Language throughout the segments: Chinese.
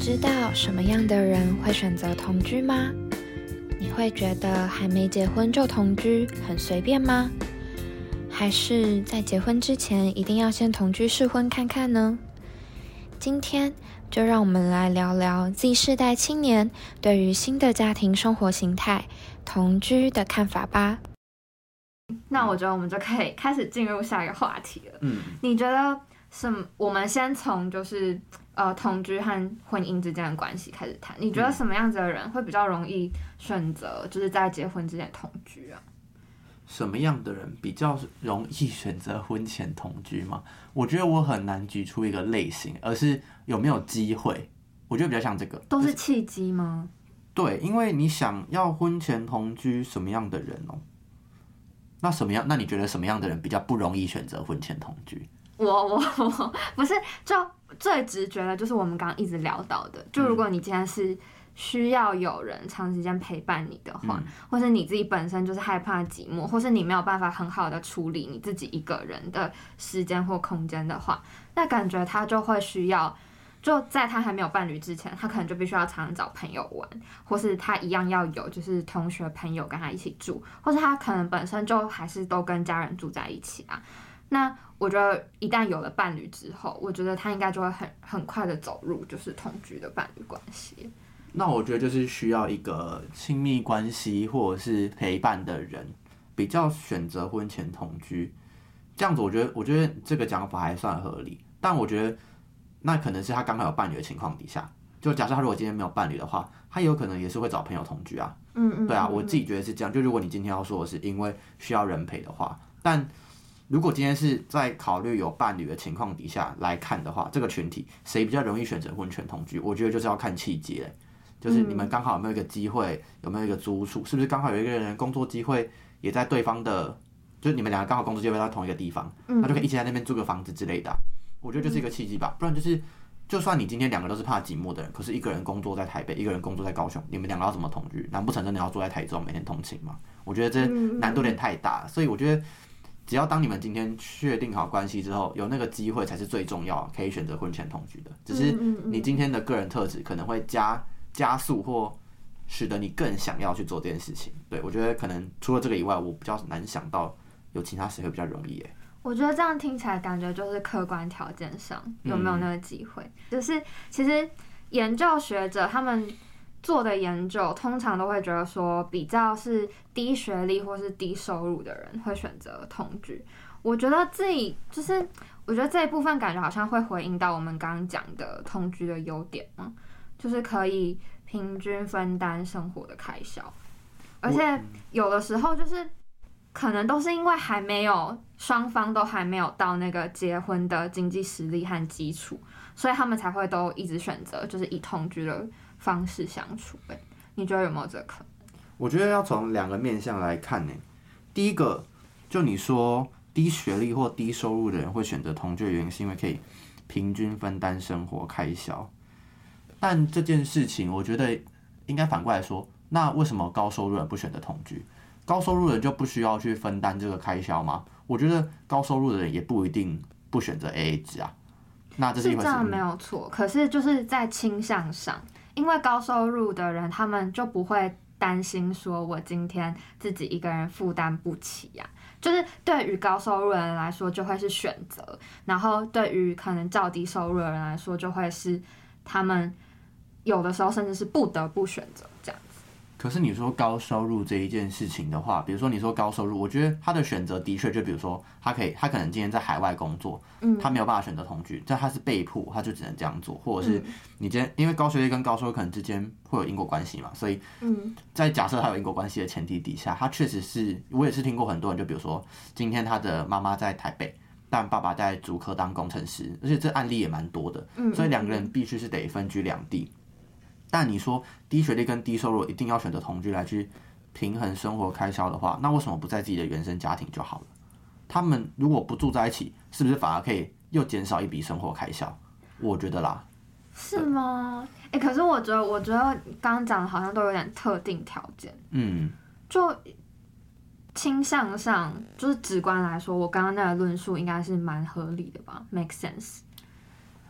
知道什么样的人会选择同居吗？你会觉得还没结婚就同居很随便吗？还是在结婚之前一定要先同居试婚看看呢？今天就让我们来聊聊 Z 世代青年对于新的家庭生活形态同居的看法吧。那我觉得我们就可以开始进入下一个话题了。你觉得我们先从就是同居和婚姻之间的关系开始谈。你觉得什么样子的人会比较容易选择就是在结婚之前同居啊？ 什么样的人比较容易选择婚前同居吗？我觉得我很难举出一个类型，而是有没有机会。我觉得比较像这个， 都是契机吗？ 对，因为你想要婚前同居什么样的人哦？那你觉得什么样的人比较不容易选择婚前同居？ 我不是，就最直觉的就是我们刚刚一直聊到的，就如果你今天是需要有人长时间陪伴你的话，或是你自己本身就是害怕寂寞，或是你没有办法很好的处理你自己一个人的时间或空间的话，那感觉他就会需要，就在他还没有伴侣之前，他可能就必须要常常找朋友玩，或是他一样要有就是同学朋友跟他一起住，或是他可能本身就还是都跟家人住在一起啊。那我觉得一旦有了伴侣之后，我觉得他应该就会很快的走入就是同居的伴侣关系。 那我觉得就是需要一个亲密关系或者是陪伴的人，比较选择婚前同居。这样子，我觉得这个讲法还算合理。但我觉得那可能是他刚好有伴侣的情况底下。就假设他如果今天没有伴侣的话，他有可能也是会找朋友同居啊。对啊，我自己觉得是这样。就如果你今天要说的是因为需要人陪的话，但如果今天是在考虑有伴侣的情况底下来看的话，这个群体谁比较容易选择婚前同居？我觉得就是要看契机嘞。就是你们刚好有没有一个机会，有没有一个租处，是不是刚好有一个人工作机会也在对方的，就是你们两个刚好工作机会在同一个地方，那就可以一起在那边租个房子之类的啊。我觉得就是一个契机吧，不然就是就算你今天两个都是怕寂寞的人，可是一个人工作在台北，一个人工作在高雄，你们两个要怎么同居？难不成真的要住在台中每天通勤吗？我觉得这难度有点太大，所以我觉得只要当你们今天确定好关系之后，有那个机会才是最重要，可以选择婚前同居的。只是你今天的个人特质可能会加速或使得你更想要去做这件事情。对，我觉得可能除了这个以外，我比较难想到有其他谁会比较容易耶。 我觉得这样听起来感觉就是客观条件上有没有那个机会，就是其实研究学者他们做的研究通常都会觉得说，比较是低学历或是低收入的人会选择同居。我觉得自己就是我觉得这一部分感觉好像会回应到我们刚刚讲的同居的优点嘛，就是可以平均分担生活的开销，而且有的时候就是可能都是因为双方都还没有到那个结婚的经济实力和基础，所以他们才会都一直选择就是以同居的方式相处。你觉得有没有这个可能？ 我觉得要从两个面向来看呢。第一个，就你说低学历或低收入的人会选择同居的原因，是因为可以平均分担生活开销。但这件事情，我觉得应该反过来说，那为什么高收入人不选择同居？高收入人就不需要去分担这个开销吗？我觉得高收入的人也不一定不选择 AA 制啊。那这是一回事。 是这样没有错，可是就是在倾向上，因为高收入的人他们就不会担心说我今天自己一个人负担不起呀。就是对于高收入的人来说就会是选择，然后对于可能较低收入的人来说就会是他们有的时候甚至是不得不选择这样。 可是你说高收入这一件事情的话，比如说你说高收入，我觉得他的选择的确就比如说他可能今天在海外工作，他没有办法选择同居，但他是被迫，他就只能这样做，或者是你今天因为高学历跟高收入可能之间会有因果关系嘛，所以在假设他有因果关系的前提底下，他确实是我也是听过很多人，就比如说今天他的妈妈在台北，但爸爸在竹科当工程师，而且这案例也蛮多的，所以两个人必须是得分居两地。但你说低学历跟低收入一定要选择同居来去平衡生活开销的话，那为什么不在自己的原生家庭就好了？他们如果不住在一起，是不是反而可以又减少一笔生活开销？我觉得啦。 是吗？可是我觉得刚刚讲的好像都有点特定条件。就倾向上，就是直观来说，我刚刚那个论述应该是蛮合理的吧 ，make sense。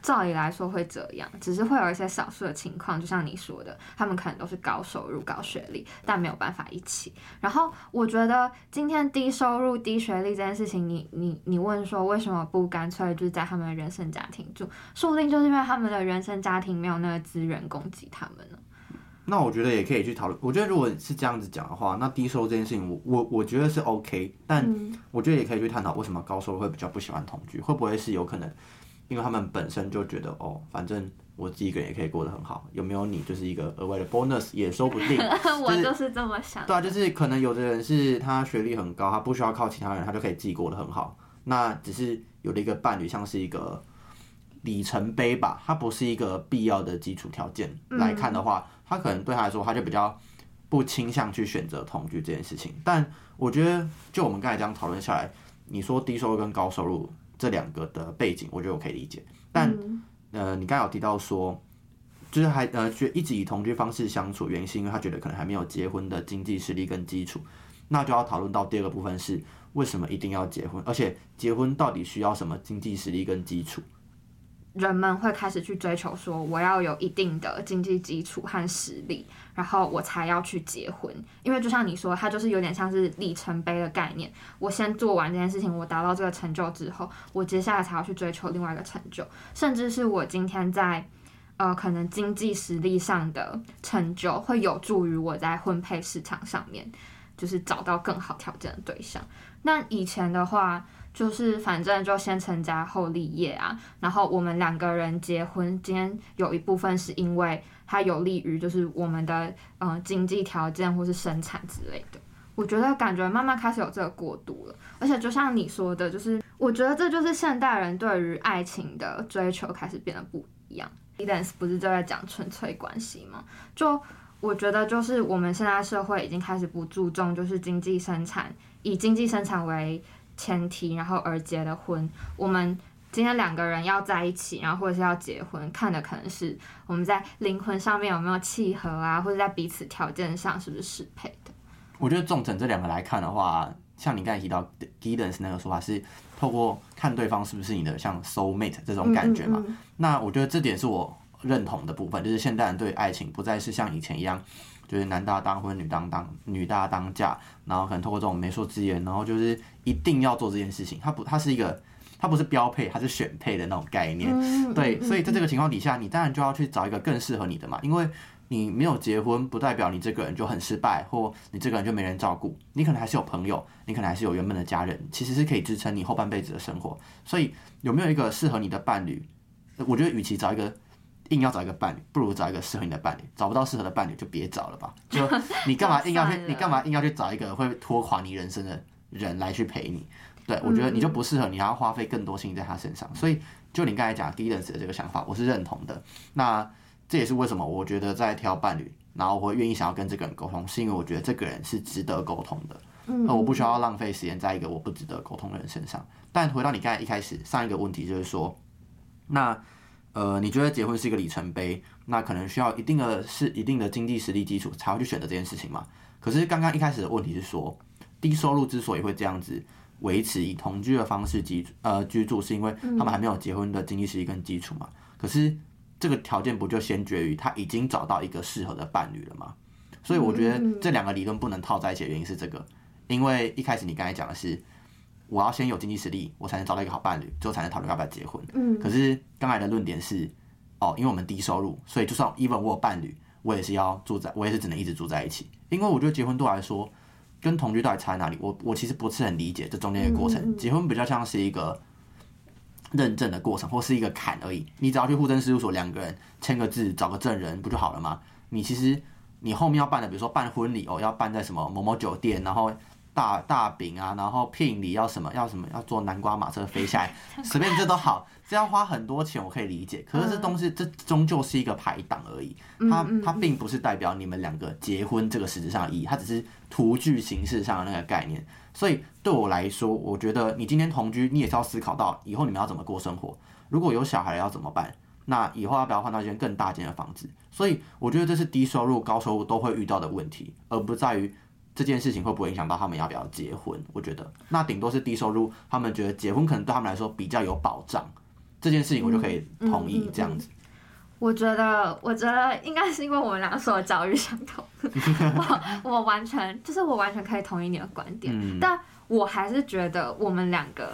照理来说会这样，只是会有一些少数的情况，就像你说的，他们可能都是高收入、高学历，但没有办法一起。然后我觉得今天低收入、低学历这件事情，你问说为什么不干脆就是在他们的原生家庭住，说不定就是因为他们的原生家庭没有那个资源供给他们呢。 那我觉得也可以去讨论。我觉得如果是这样子讲的话，那低收入这件事情我觉得是 OK， 但我觉得也可以去探讨为什么高收入会比较不喜欢同居，会不会是有可能因为他们本身就觉得反正我自己一个人也可以过得很好，有没有你就是一个额外的 bonus 也说不定。 我就是这么想的。 对啊，就是可能有的人是他学历很高，他不需要靠其他人，他就可以自己过得很好。那只是有了一个伴侣，像是一个里程碑吧，它不是一个必要的基础条件来看的话，他可能对他来说，他就比较不倾向去选择同居这件事情。但我觉得，就我们刚才这样讨论下来，你说低收入跟高收入这两个的背景，我觉得我可以理解。但你刚才有提到说，就是一直以同居方式相处，原因是因为他觉得可能还没有结婚的经济实力跟基础。那就要讨论到第二个部分是，为什么一定要结婚，而且结婚到底需要什么经济实力跟基础？ 人们会开始去追求说，我要有一定的经济基础和实力，然后我才要去结婚。因为就像你说，它就是有点像是里程碑的概念。我先做完这件事情，我达到这个成就之后，我接下来才要去追求另外一个成就，甚至是我今天在可能经济实力上的成就，会有助于我在婚配市场上面，就是找到更好条件的对象。那以前的话，就是反正就先成家后立业啊，然后我们两个人结婚，今天有一部分是因为它有利于就是我们的经济条件或是生产之类的。我觉得感觉慢慢开始有这个过渡了，而且就像你说的，就是我觉得这就是现代人对于爱情的追求开始变得不一样。Edens 不是就在讲纯粹关系吗？就我觉得就是我们现在社会已经开始不注重就是经济生产，以经济生产为前提，然后而结的婚。我们今天两个人要在一起，然后或者是要结婚，看的可能是我们在灵魂上面有没有契合啊，或者在彼此条件上是不是适配的。 我觉得纵整这两个来看的话，像你刚才提到 Giddens 那个说法是透过看对方是不是你的像 soul mate 这种感觉嘛。那我觉得这点是我认同的部分，就是现代人对爱情不再是像以前一样，就是男大当婚，女大当嫁，然后可能透过这种媒妁之言，然后就是一定要做这件事情。它不是标配，它是选配的那种概念。对，所以在这个情况底下，你当然就要去找一个更适合你的嘛，因为你没有结婚，不代表你这个人就很失败，或你这个人就没人照顾。你可能还是有朋友，你可能还是有原本的家人，其实是可以支撑你后半辈子的生活。所以有没有一个适合你的伴侣？我觉得与其硬要找一个伴侣，不如找一个适合你的伴侣。找不到适合的伴侣就别找了吧。就你干嘛硬要去找一个会拖垮你人生的人来去陪你？对，我觉得你就不适合，你还要花费更多心力在他身上。所以就你刚才讲 Giddens 的这个想法，我是认同的。那这也是为什么我觉得在挑伴侣，然后我会愿意想要跟这个人沟通，是因为我觉得这个人是值得沟通的。我不需要浪费时间在一个我不值得沟通的人身上。但回到你刚才一开始上一个问题，就是说，那你觉得结婚是一个里程碑，那可能需要一定的经济实力基础才会去选择这件事情嘛？可是刚刚一开始的问题是说，低收入之所以会这样子维持以同居的方式居住，是因为他们还没有结婚的经济实力跟基础嘛？可是这个条件不就先决于他已经找到一个适合的伴侣了吗？所以我觉得这两个理论不能套在一起的原因是这个，因为一开始你刚才讲的是，我要先有经济实力，我才能找到一个好伴侣，之后才能讨论要不要结婚。可是刚才的论点是，因为我们低收入，所以就算 even 我有伴侣，我也是只能一直住在一起。因为我觉得结婚对我来说，跟同居到底差在哪里？我其实不是很理解这中间的过程。结婚比较像是一个认证的过程，或是一个坎而已。你只要去户政事务所，两个人签个字，找个证人，不就好了吗？你后面要办的，比如说办婚礼要办在什么某某酒店，然后大饼啊，然后聘礼要要坐南瓜马车飞下来，随便这都好，这要花很多钱，我可以理解。可是这东西这终究是一个排档而已，它并不是代表你们两个结婚这个实质上的意义，它只是图具形式上的那个概念。所以对我来说，我觉得你今天同居，你也是要思考到以后你们要怎么过生活。如果有小孩要怎么办？那以后要不要换到一间更大间的房子？所以我觉得这是低收入、高收入都会遇到的问题，而不在于这件事情会不会影响到他们要不要结婚。我觉得那顶多是低收入，他们觉得结婚可能对他们来说比较有保障， 这件事情我就可以同意这样子。 我觉得应该是因为我们俩受的教育相同，我完全可以同意你的观点，但我还是觉得我们两个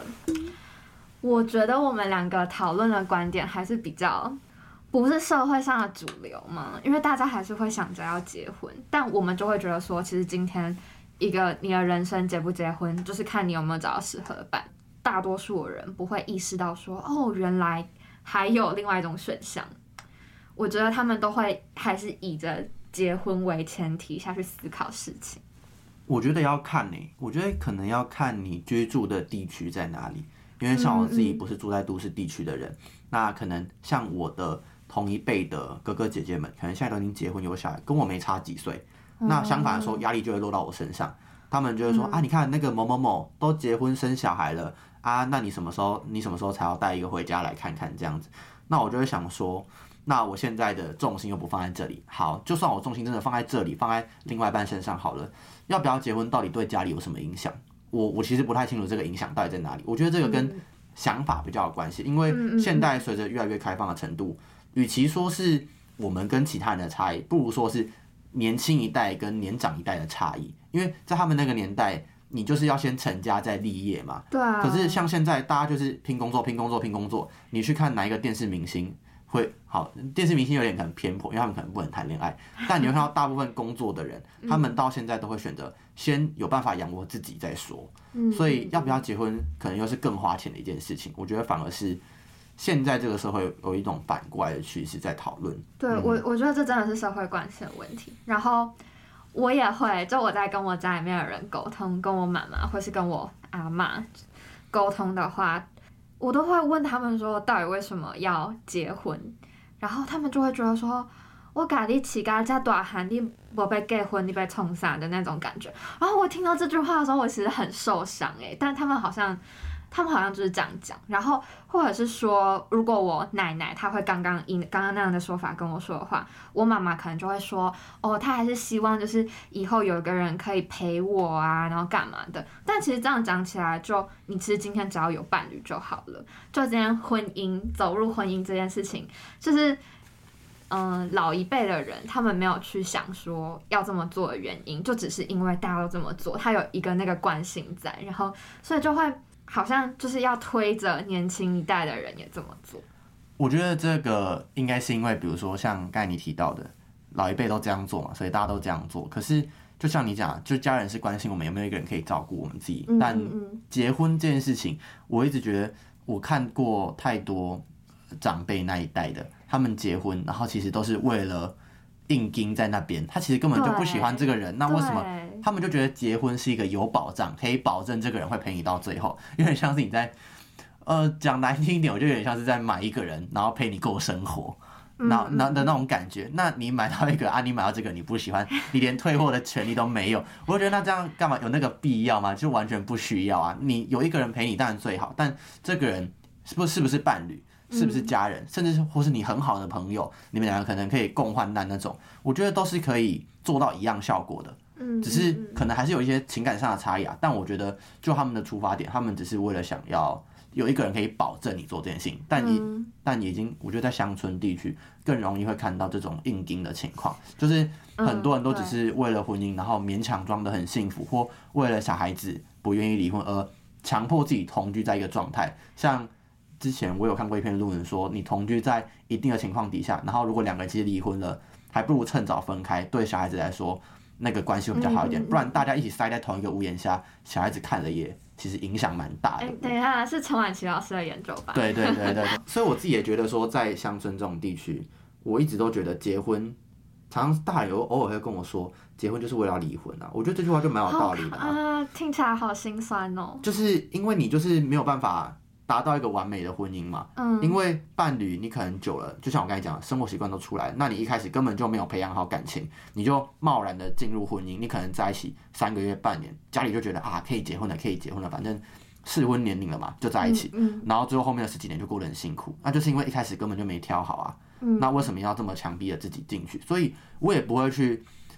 讨论的观点还是比较不是社会上的主流嘛，因为大家还是会想着要结婚，但我们就会觉得说，其实今天你的人生结不结婚，就是看你有没有找到适合的伴。大多数的人不会意识到说，哦，原来还有另外一种选项。我觉得他们都会还是以着结婚为前提下去思考事情。 我觉得要看我觉得可能要看你居住的地区在哪里，因为像我自己不是住在都市地区的人，那可能像我的同一辈的哥哥姐姐们，可能现在都已经结婚有小孩，跟我没差几岁。那相反的说，压力就会落到我身上。他们就会说你看那个某某某都结婚生小孩了啊，那你什么时候才要带一个回家来看看这样子？那我就会想说，那我现在的重心又不放在这里，好，就算我重心真的放在这里，放在另外一半身上好了，要不要结婚到底对家里有什么影响？我其实不太清楚这个影响到底在哪里。我觉得这个跟想法比较有关系，因为现代随着越来越开放的程度，与其说是我们跟其他人的差异，不如说是年轻一代跟年长一代的差异。因为在他们那个年代，你就是要先成家再立业嘛。 对啊。 可是像现在，大家就是拼工作。你去看哪一个电视明星会好？电视明星有点可能偏颇，因为他们可能不能谈恋爱。但你会看到大部分工作的人，他们到现在都会选择先有办法养活自己再说。所以要不要结婚，可能又是更花钱的一件事情。我觉得反而是现在这个社会有一种反过来的趋势在讨论。 对，我觉得这真的是社会关系的问题。然后我也会，就我在跟我家里面的人沟通，跟我妈妈或是跟我阿嬷沟通的话，我都会问他们说，到底为什么要结婚？然后他们就会觉得说，我家你饲甲这大汉，你无要结婚，你要冲啥的那种感觉。然后我听到这句话的时候，我其实很受伤但他们好像就是这样讲，然后或者是说，如果我奶奶她会刚刚那样的说法跟我说的话，我妈妈可能就会说，她还是希望就是以后有一个人可以陪我啊，然后干嘛的。但其实这样讲起来，你其实今天只要有伴侣就好了。就今天走入婚姻这件事情，就是老一辈的人他们没有去想说要这么做的原因，就只是因为大家都这么做，他有一个那个惯性在，然后所以就会好像就是要推着年轻一代的人也这么做。 我觉得这个应该是因为，比如说像刚才你提到的，老一辈都这样做嘛，所以大家都这样做。可是就像你讲，就家人是关心我们有没有一个人可以照顾我们自己，但结婚这件事情，我一直觉得我看过太多长辈那一代的，他们结婚，然后其实都是为了硬盯在那边，他其实根本就不喜欢这个人，那为什么他们就觉得结婚是一个有保障，可以保证这个人会陪你到最后？有点像是你在讲难听一点，我就有点像是在买一个人，然后陪你过生活，那种感觉。那你买到一个你买到这个你不喜欢，你连退货的权利都没有，我觉得那这样干嘛有那个必要吗？就完全不需要啊！你有一个人陪你当然最好，但这个人是不是伴侣？是不是家人，甚至或是你很好的朋友，你们两个可能可以共患难那种，我觉得都是可以做到一样效果的。只是可能还是有一些情感上的差异啊。但我觉得就他们的出发点，他们只是为了想要有一个人可以保证你做这件事情，但已经我觉得在乡村地区更容易会看到这种硬盯的情况，就是很多人都只是为了婚姻，然后勉强装得很幸福，或为了小孩子不愿意离婚而强迫自己同居在一个状态，像。之前我有看过一篇论文说，你同居在一定的情况底下，然后如果两个人其实离婚了，还不如趁早分开，对小孩子来说那个关系会比较好一点。不然大家一起塞在同一个屋檐下，小孩子看了也其实影响蛮大的。 等一下，是陈婉琪老师的研究吧？ 对，所以我自己也觉得说，在乡村这种地区，我一直都觉得结婚，常常大人偶尔会跟我说，结婚就是为了离婚啊。我觉得这句话就蛮有道理的听起来好心酸哦。 就是因为你就是没有办法达到一个完美的婚姻嘛，因为伴侣你可能久了，就像我刚才讲，生活习惯都出来，那你一开始根本就没有培养好感情，你就贸然的进入婚姻，你可能在一起3个月、半年，家里就觉得可以结婚了，反正适婚年龄了嘛，就在一起，然后最后面的10几年就过得很辛苦，那就是因为一开始根本就没挑好啊，那为什么要这么强逼的自己进去？所以我也不会去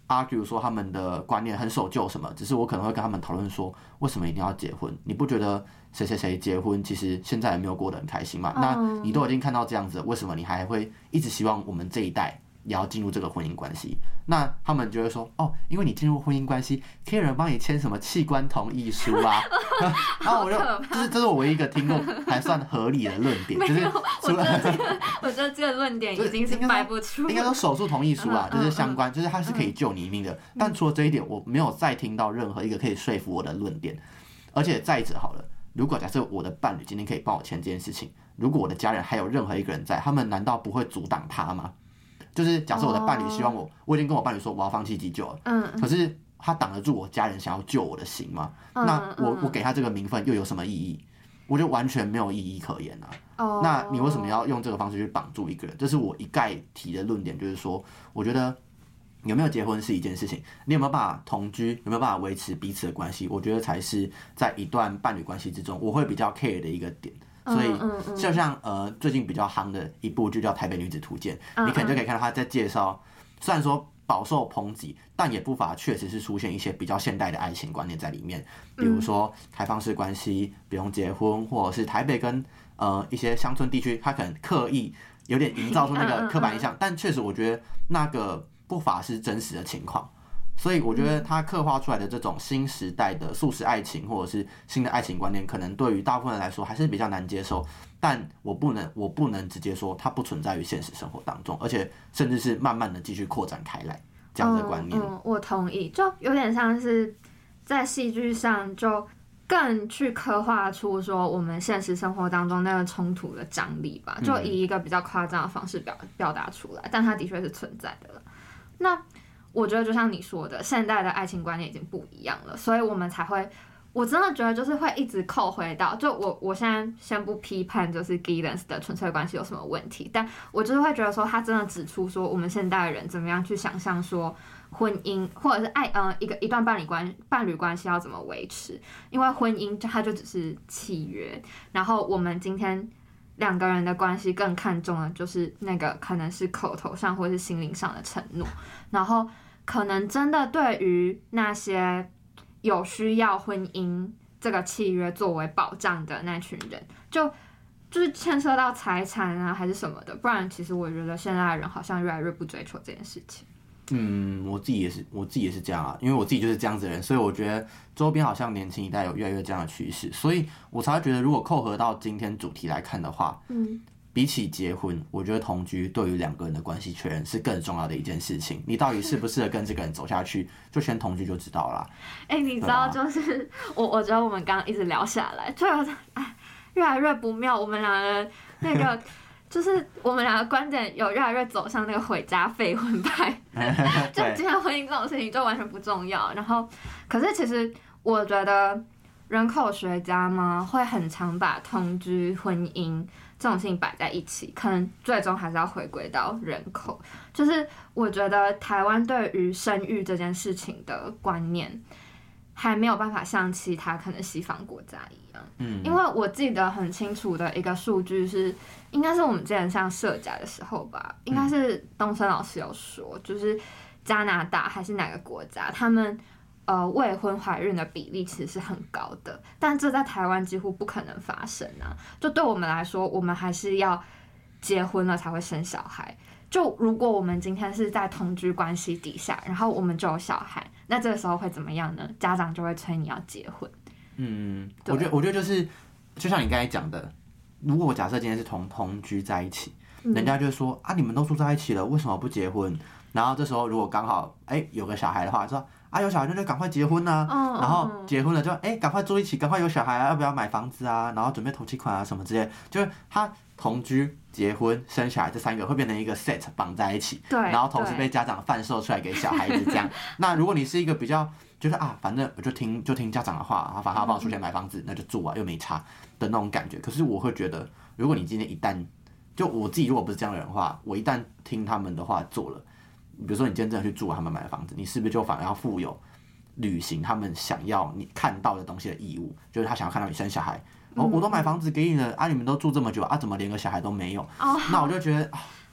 argue 说他们的观念很守旧什么，只是我可能会跟他们讨论说，为什么一定要结婚？你不觉得谁谁谁结婚，其实现在也没有过得很开心嘛？那你都已经看到这样子了，为什么你还会一直希望我们这一代也要进入这个婚姻关系？那他们就会说，哦，因为你进入婚姻关系，可以有人帮你签什么器官同意书啊？然后这是我唯一一个听过还算合理的论点，就是我觉得这个论点已经是掰不出。 应该说手术同意书啊，就是相关，就是它是可以救你一命的。但除了这一点，我没有再听到任何一个可以说服我的论点。而且再者好了，如果假设我的伴侣今天可以帮我签这件事情，如果我的家人还有任何一个人在，他们难道不会阻挡他吗？就是假设我的伴侣希望我已经跟我伴侣说我要放弃急救了，可是他挡得住我家人想要救我的心吗？那我给他这个名分又有什么意义？我就完全没有意义可言啊。那你为什么要用这个方式去绑住一个人？这是我一概提的论点，就是说，我觉得有没有结婚是一件事情，你有没有办法同居，有没有办法维持彼此的关系，我觉得才是在一段伴侣关系之中我会比较 care 的一个点。所以就像最近比较夯的一部就叫《台北女子图鉴》，你可能就可以看到他在介绍，虽然说饱受抨击，但也不乏确实是出现一些比较现代的爱情观念在里面，比如说开放式关系，不用结婚，或者是台北跟一些乡村地区，他可能刻意有点营造出那个刻板印象，但确实我觉得那个不乏是真实的情况。所以我觉得他刻画出来的这种新时代的速食爱情或者是新的爱情观念，可能对于大部分人来说还是比较难接受。但我不能直接说它不存在于现实生活当中，而且甚至是慢慢的继续扩展开来这样的观念。 我同意，就有点像是在戏剧上就更去刻画出说我们现实生活当中那个冲突的张力吧，就以一个比较夸张的方式表达出来，但它的确是存在的了。那我觉得就像你说的，现代的爱情观念已经不一样了，所以我们才会，我真的觉得就是会一直扣回到，就我现在先不批判就是 Giddens 的纯粹关系有什么问题，但我就是会觉得说他真的指出说我们现代人怎么样去想象说婚姻或者是一段伴侣关系要怎么维持，因为婚姻它就只是契约，然后我们今天两个人的关系更看重的就是那个可能是口头上或是心灵上的承诺，然后可能真的对于那些有需要婚姻这个契约作为保障的那群人，就是牵涉到财产啊还是什么的，不然其实我觉得现在的人好像越来越不追求这件事情。 我自己也是这样啊，因为我自己就是这样子的人，所以我觉得周边好像年轻一代有越来越这样的趋势，所以我才会觉得，如果扣合到今天主题来看的话，比起结婚，我觉得同居对于两个人的关系确认是更重要的一件事情。你到底适不适合跟这个人走下去，就先同居就知道了。 你知道，就是我觉得我们刚刚一直聊下来，就越来越不妙。我们两个那个，就是我们两个观点有越来越走向那个毁家废婚派，就今天婚姻这种事情就完全不重要。然后，可是其实我觉得人口学家嘛，会很常把同居、婚姻这种事情摆在一起，可能最终还是要回归到人口。就是我觉得台湾对于生育这件事情的观念，还没有办法像其他可能西方国家一样。因为我记得很清楚的一个数据是，应该是我们之前上社甲的时候吧，应该是东升老师有说，就是加拿大还是哪个国家，他们未婚怀孕的比例其实是很高的，但这在台湾几乎不可能发生啊！就对我们来说，我们还是要结婚了才会生小孩。就如果我们今天是在同居关系底下，然后我们就有小孩，那这个时候会怎么样呢？家长就会催你要结婚。 我觉得就像你刚才讲的，如果我假设今天是同居在一起，人家就说啊，你们都住在一起了，为什么不结婚？然后这时候如果刚好有个小孩的话，说啊有小孩就赶快结婚啊，然后结婚了就赶快住一起，赶快有小孩啊，要不要买房子啊，然后准备头期款啊什么之类的，就是他同居、结婚、生小孩这三个会变成一个 set 绑在一起， 对， 然后同时被家长贩售出来给小孩子这样。那如果你是一个比较就是反正我就听家长的话，反正他帮我出钱买房子，那就住啊，又没差的那种感觉。可是我会觉得，如果你今天一旦就我自己如果不是这样的人的话，我一旦听他们的话做了，比如说你今天真的去住他们买的房子，你是不是就反而要负有履行他们想要你看到的东西的义务？就是他想要看到你生小孩，我都买房子给你了啊，你们都住这么久啊，怎么连个小孩都没有？那我就觉得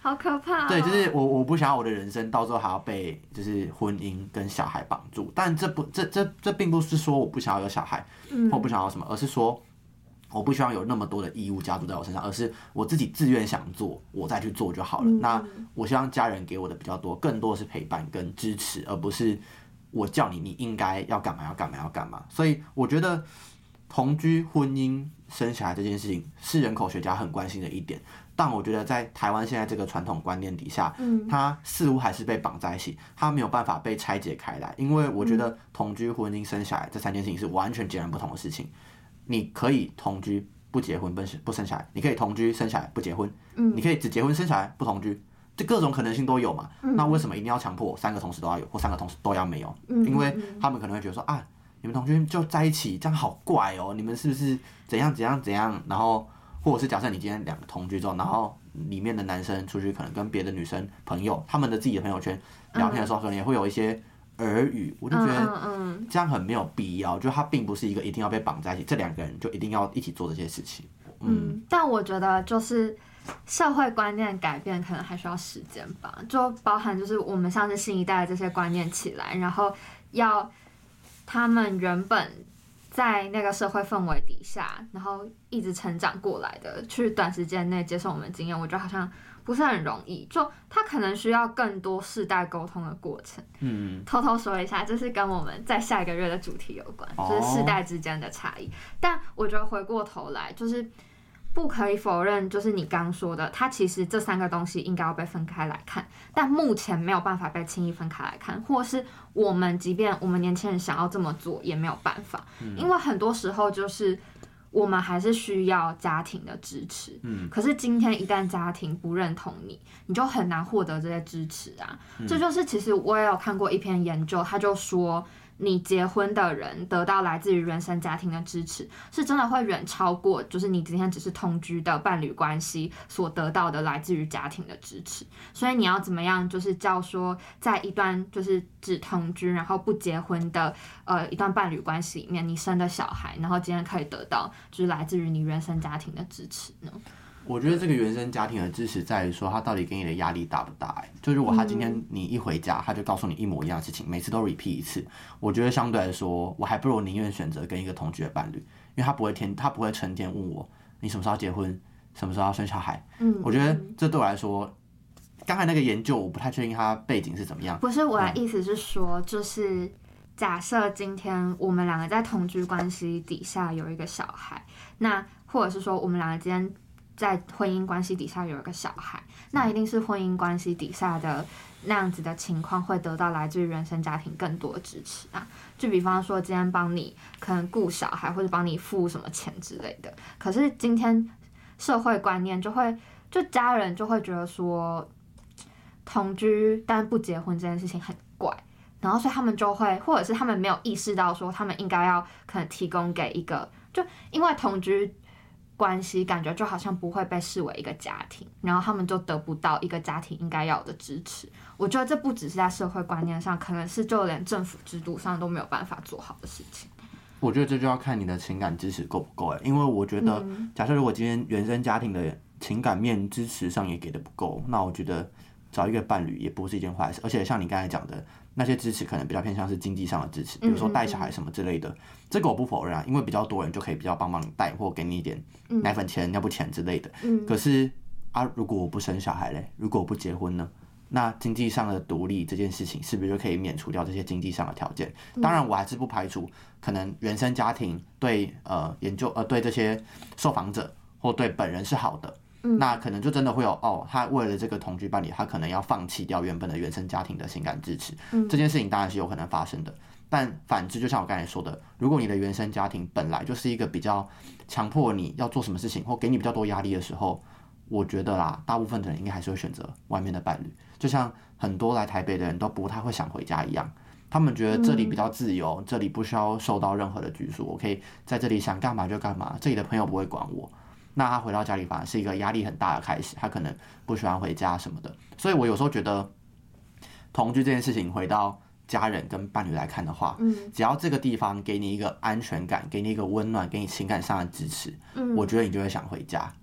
好可怕、哦。 对，就是我不想要我的人生到最后还要被就是婚姻跟小孩绑住，但这并不是说我不想要有小孩，或不想要什么，而是说我不希望有那么多的义务加注在我身上，而是我自己自愿想做，我再去做就好了。那我希望家人给我的比较多，更多的是陪伴跟支持，而不是我叫你应该要干嘛要干嘛要干嘛。所以我觉得同居、婚姻、生小孩这件事情是人口学家很关心的一点，但我觉得在台湾现在这个传统观念底下，它似乎还是被绑在一起，它没有办法被拆解开来。因为我觉得同居、婚姻、生小孩这3件事情是完全截然不同的事情。你可以同居不结婚不生小孩，你可以同居生小孩不结婚，你可以只结婚生小孩不同居，这各种可能性都有嘛。那为什么一定要强迫3个同时都要有，或3个同时都要没有？因为他们可能会觉得说啊，你们同居就在一起，这样好怪哦，你们是不是怎样怎样怎样？然后或者是假设你今天2个同居之后，然后里面的男生出去可能跟别的女生朋友，他们的自己的朋友圈聊天的时候，可能也会有一些耳语，我就觉得这样很没有必要，就它并不是一个一定要被绑在一起，这2个人就一定要一起做这些事情。 但我觉得就是社会观念改变可能还需要时间吧，就包含就是我们像是新一代的这些观念起来，然后要他们原本在那个社会氛围底下，然后一直成长过来的，去短时间内接受我们经验，我觉得好像不是很容易，就他可能需要更多世代沟通的过程。偷偷说一下，这是跟我们在下一个月的主题有关，就是世代之间的差异。但我觉得回过头来，就是不可以否认，就是你刚说的，它其实这3个东西应该要被分开来看，但目前没有办法被轻易分开来看，或是我们即便我们年轻人想要这么做，也没有办法，因为很多时候就是我们还是需要家庭的支持。可是今天一旦家庭不认同你，你就很难获得这些支持啊。这就是其实我也有看过一篇研究，他就说，你结婚的人得到来自于原生家庭的支持，是真的会远超过就是你今天只是同居的伴侣关系所得到的来自于家庭的支持。所以你要怎么样就是叫说，在一段就是只同居然后不结婚的一段伴侣关系里面，你生的小孩，然后今天可以得到就是来自于你原生家庭的支持呢？ 我觉得这个原生家庭的支持在于说，他到底给你的压力大不大？就如果他今天你一回家，他就告诉你一模一样的事情，每次都 repeat 一次，我觉得相对来说，我还不如宁愿选择跟一个同居的伴侣，因为他不会成天问我你什么时候结婚，什么时候要生小孩。我觉得这对我来说，刚才那个研究我不太确定它背景是怎么样。 不是，我的意思是说，就是假设今天我们2个在同居关系底下有一个小孩，那或者是说我们2个今天在婚姻关系底下有一个小孩，那一定是婚姻关系底下的那样子的情况会得到来自于原生家庭更多的支持啊。就比方说今天帮你可能顾小孩或者帮你付什么钱之类的，可是今天社会观念就家人就会觉得说同居但不结婚这件事情很怪，然后所以他们就会，或者是他们没有意识到说他们应该要可能提供给一个，就因为同居关系感觉就好像不会被视为一个家庭，然后他们就得不到一个家庭应该要有的支持。我觉得这不只是在社会观念上，可能是就连政府制度上都没有办法做好的事情。 我觉得这就要看你的情感支持够不够，因为我觉得假设如果今天原生家庭的情感面支持上也给的不够，那我觉得找一个伴侣也不是一件坏事。而且像你刚才讲的那些支持可能比较偏向是经济上的支持，比如说带小孩什么之类的，这个我不否认啊，因为比较多人就可以比较帮你带，或给你一点奶粉钱、尿布钱之类的。可是啊，如果我不生小孩嘞，如果我不结婚呢？那经济上的独立这件事情是不是就可以免除掉这些经济上的条件？当然，我还是不排除可能原生家庭对对这些受访者或对本人是好的。那可能就真的会有他为了这个同居伴侣，他可能要放弃掉原本的原生家庭的情感支持。这件事情当然是有可能发生的。但反之，就像我刚才说的，如果你的原生家庭本来就是一个比较强迫你要做什么事情，或给你比较多压力的时候，我觉得啦，大部分的人应该还是会选择外面的伴侣。就像很多来台北的人都不太会想回家一样，他们觉得这里比较自由，这里不需要受到任何的拘束，我可以在这里想干嘛就干嘛，这里的朋友不会管我。那他回到家里反而是一个压力很大的开始，他可能不喜欢回家什么的。所以我有时候觉得同居这件事情回到家人跟伴侣来看的话，只要这个地方给你一个安全感，给你一个温暖，给你情感上的支持，我觉得你就会想回家。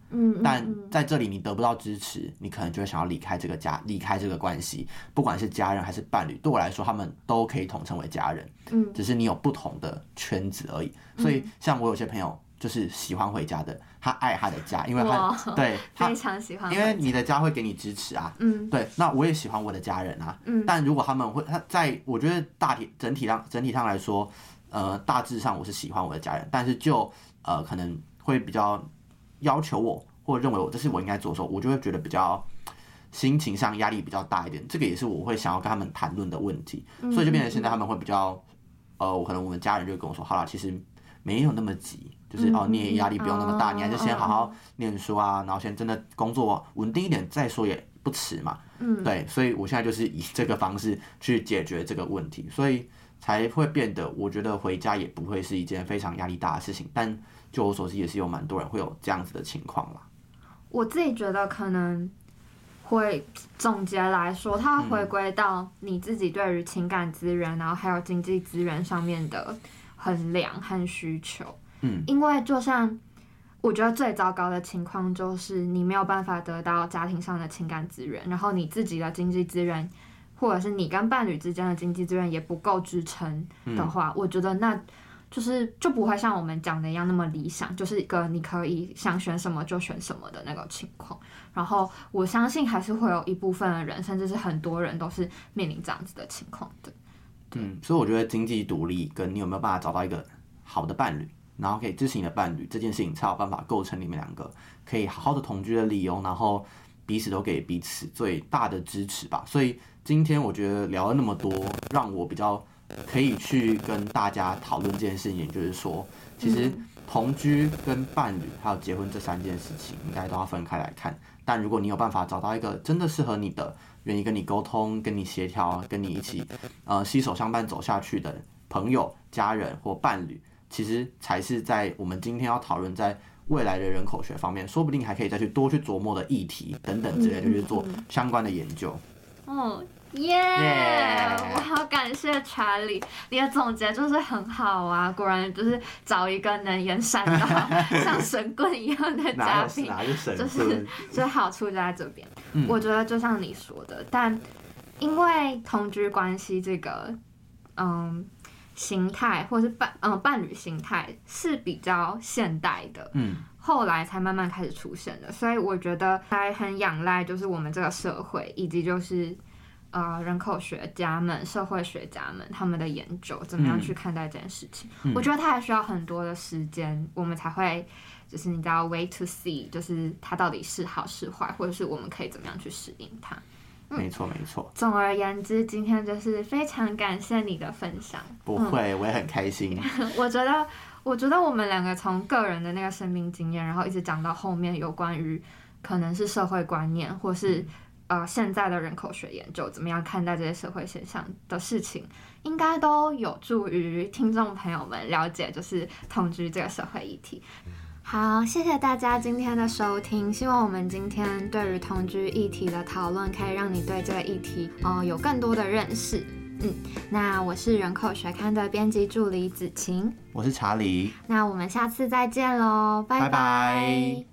但在这里你得不到支持，你可能就会想要离开这个家，离开这个关系，不管是家人还是伴侣，对我来说他们都可以统称为家人，只是你有不同的圈子而已。所以像我有些朋友就是喜欢回家的，他爱他的家，因为他对他非常喜欢， 因为你的家会给你支持啊，对，那我也喜欢我的家人啊，但如果他们会，我觉得整体上来说，大致上我是喜欢我的家人，但是就可能会比较要求我，或者认为这是我应该做的时候，我就会觉得比较心情上压力比较大一点。这个也是我会想要跟他们谈论的问题，所以就变成现在他们会比较，可能我们家人就会跟我说，好啦，其实没有那么急，就是你也压力不用那么大，你还是先好好念书啊，然后先真的工作稳定一点再说也不迟嘛。对，所以我现在就是以这个方式去解决这个问题，所以才会变得，我觉得回家也不会是一件非常压力大的事情，但就我所知，也是有蛮多人会有这样子的情况啦。 我自己觉得可能会总结来说，它会回归到你自己对于情感资源，然后还有经济资源上面的衡量和需求。因为就像我觉得最糟糕的情况就是你没有办法得到家庭上的情感资源，然后你自己的经济资源，或者是你跟伴侣之间的经济资源也不够支撑的话，我觉得那就不会像我们讲的一样那么理想，就是一个你可以想选什么就选什么的那个情况。然后我相信还是会有一部分的人，甚至是很多人都是面临这样子的情况的。 所以我觉得经济独立跟你有没有办法找到一个好的伴侣，然后可以支持你的伴侣这件事情，才有办法构成你们两个可以好好的同居的理由，然后彼此都给彼此最大的支持吧。所以今天我觉得聊了那么多，让我比较可以去跟大家讨论这件事情，就是说，其实同居跟伴侣还有结婚这3件事情，应该都要分开来看。但如果你有办法找到一个真的适合你的，愿意跟你沟通、跟你协调、跟你一起携手相伴走下去的朋友、家人或伴侣，其实才是在我们今天要讨论在未来的人口学方面，说不定还可以再去多去琢磨的议题等等之类的，就是做相关的研究。 我好感谢查理，你的总结就是很好啊，果然就是找一个能言善道像神棍一样的嘉宾，就是好处就在这边。我觉得就像你说的，但因为同居关系这个形态或是伴侣形态是比较现代的，后来才慢慢开始出现的，所以我觉得还很仰赖就是我们这个社会以及就是人口学家们、社会学家们他们的研究，怎么样去看待这件事情？我觉得它还需要很多的时间，我们才会就是你知道 wait to see， 就是它到底是好是坏，或者是我们可以怎么样去适应它。 没错没错。 总而言之，今天就是非常感谢你的分享。 不会，我也很开心。 我觉得我们两个从个人的那个生命经验，然后一直讲到后面有关于可能是社会观念，或是现在的人口学研究怎么样看待这些社会现象的事情，应该都有助于听众朋友们了解就是同居这个社会议题。好，谢谢大家今天的收听，希望我们今天对于同居议题的讨论可以让你对这个议题有更多的认识。那我是人口学刊的编辑助理子晴， 我是查理， 那我们下次再见咯，拜拜。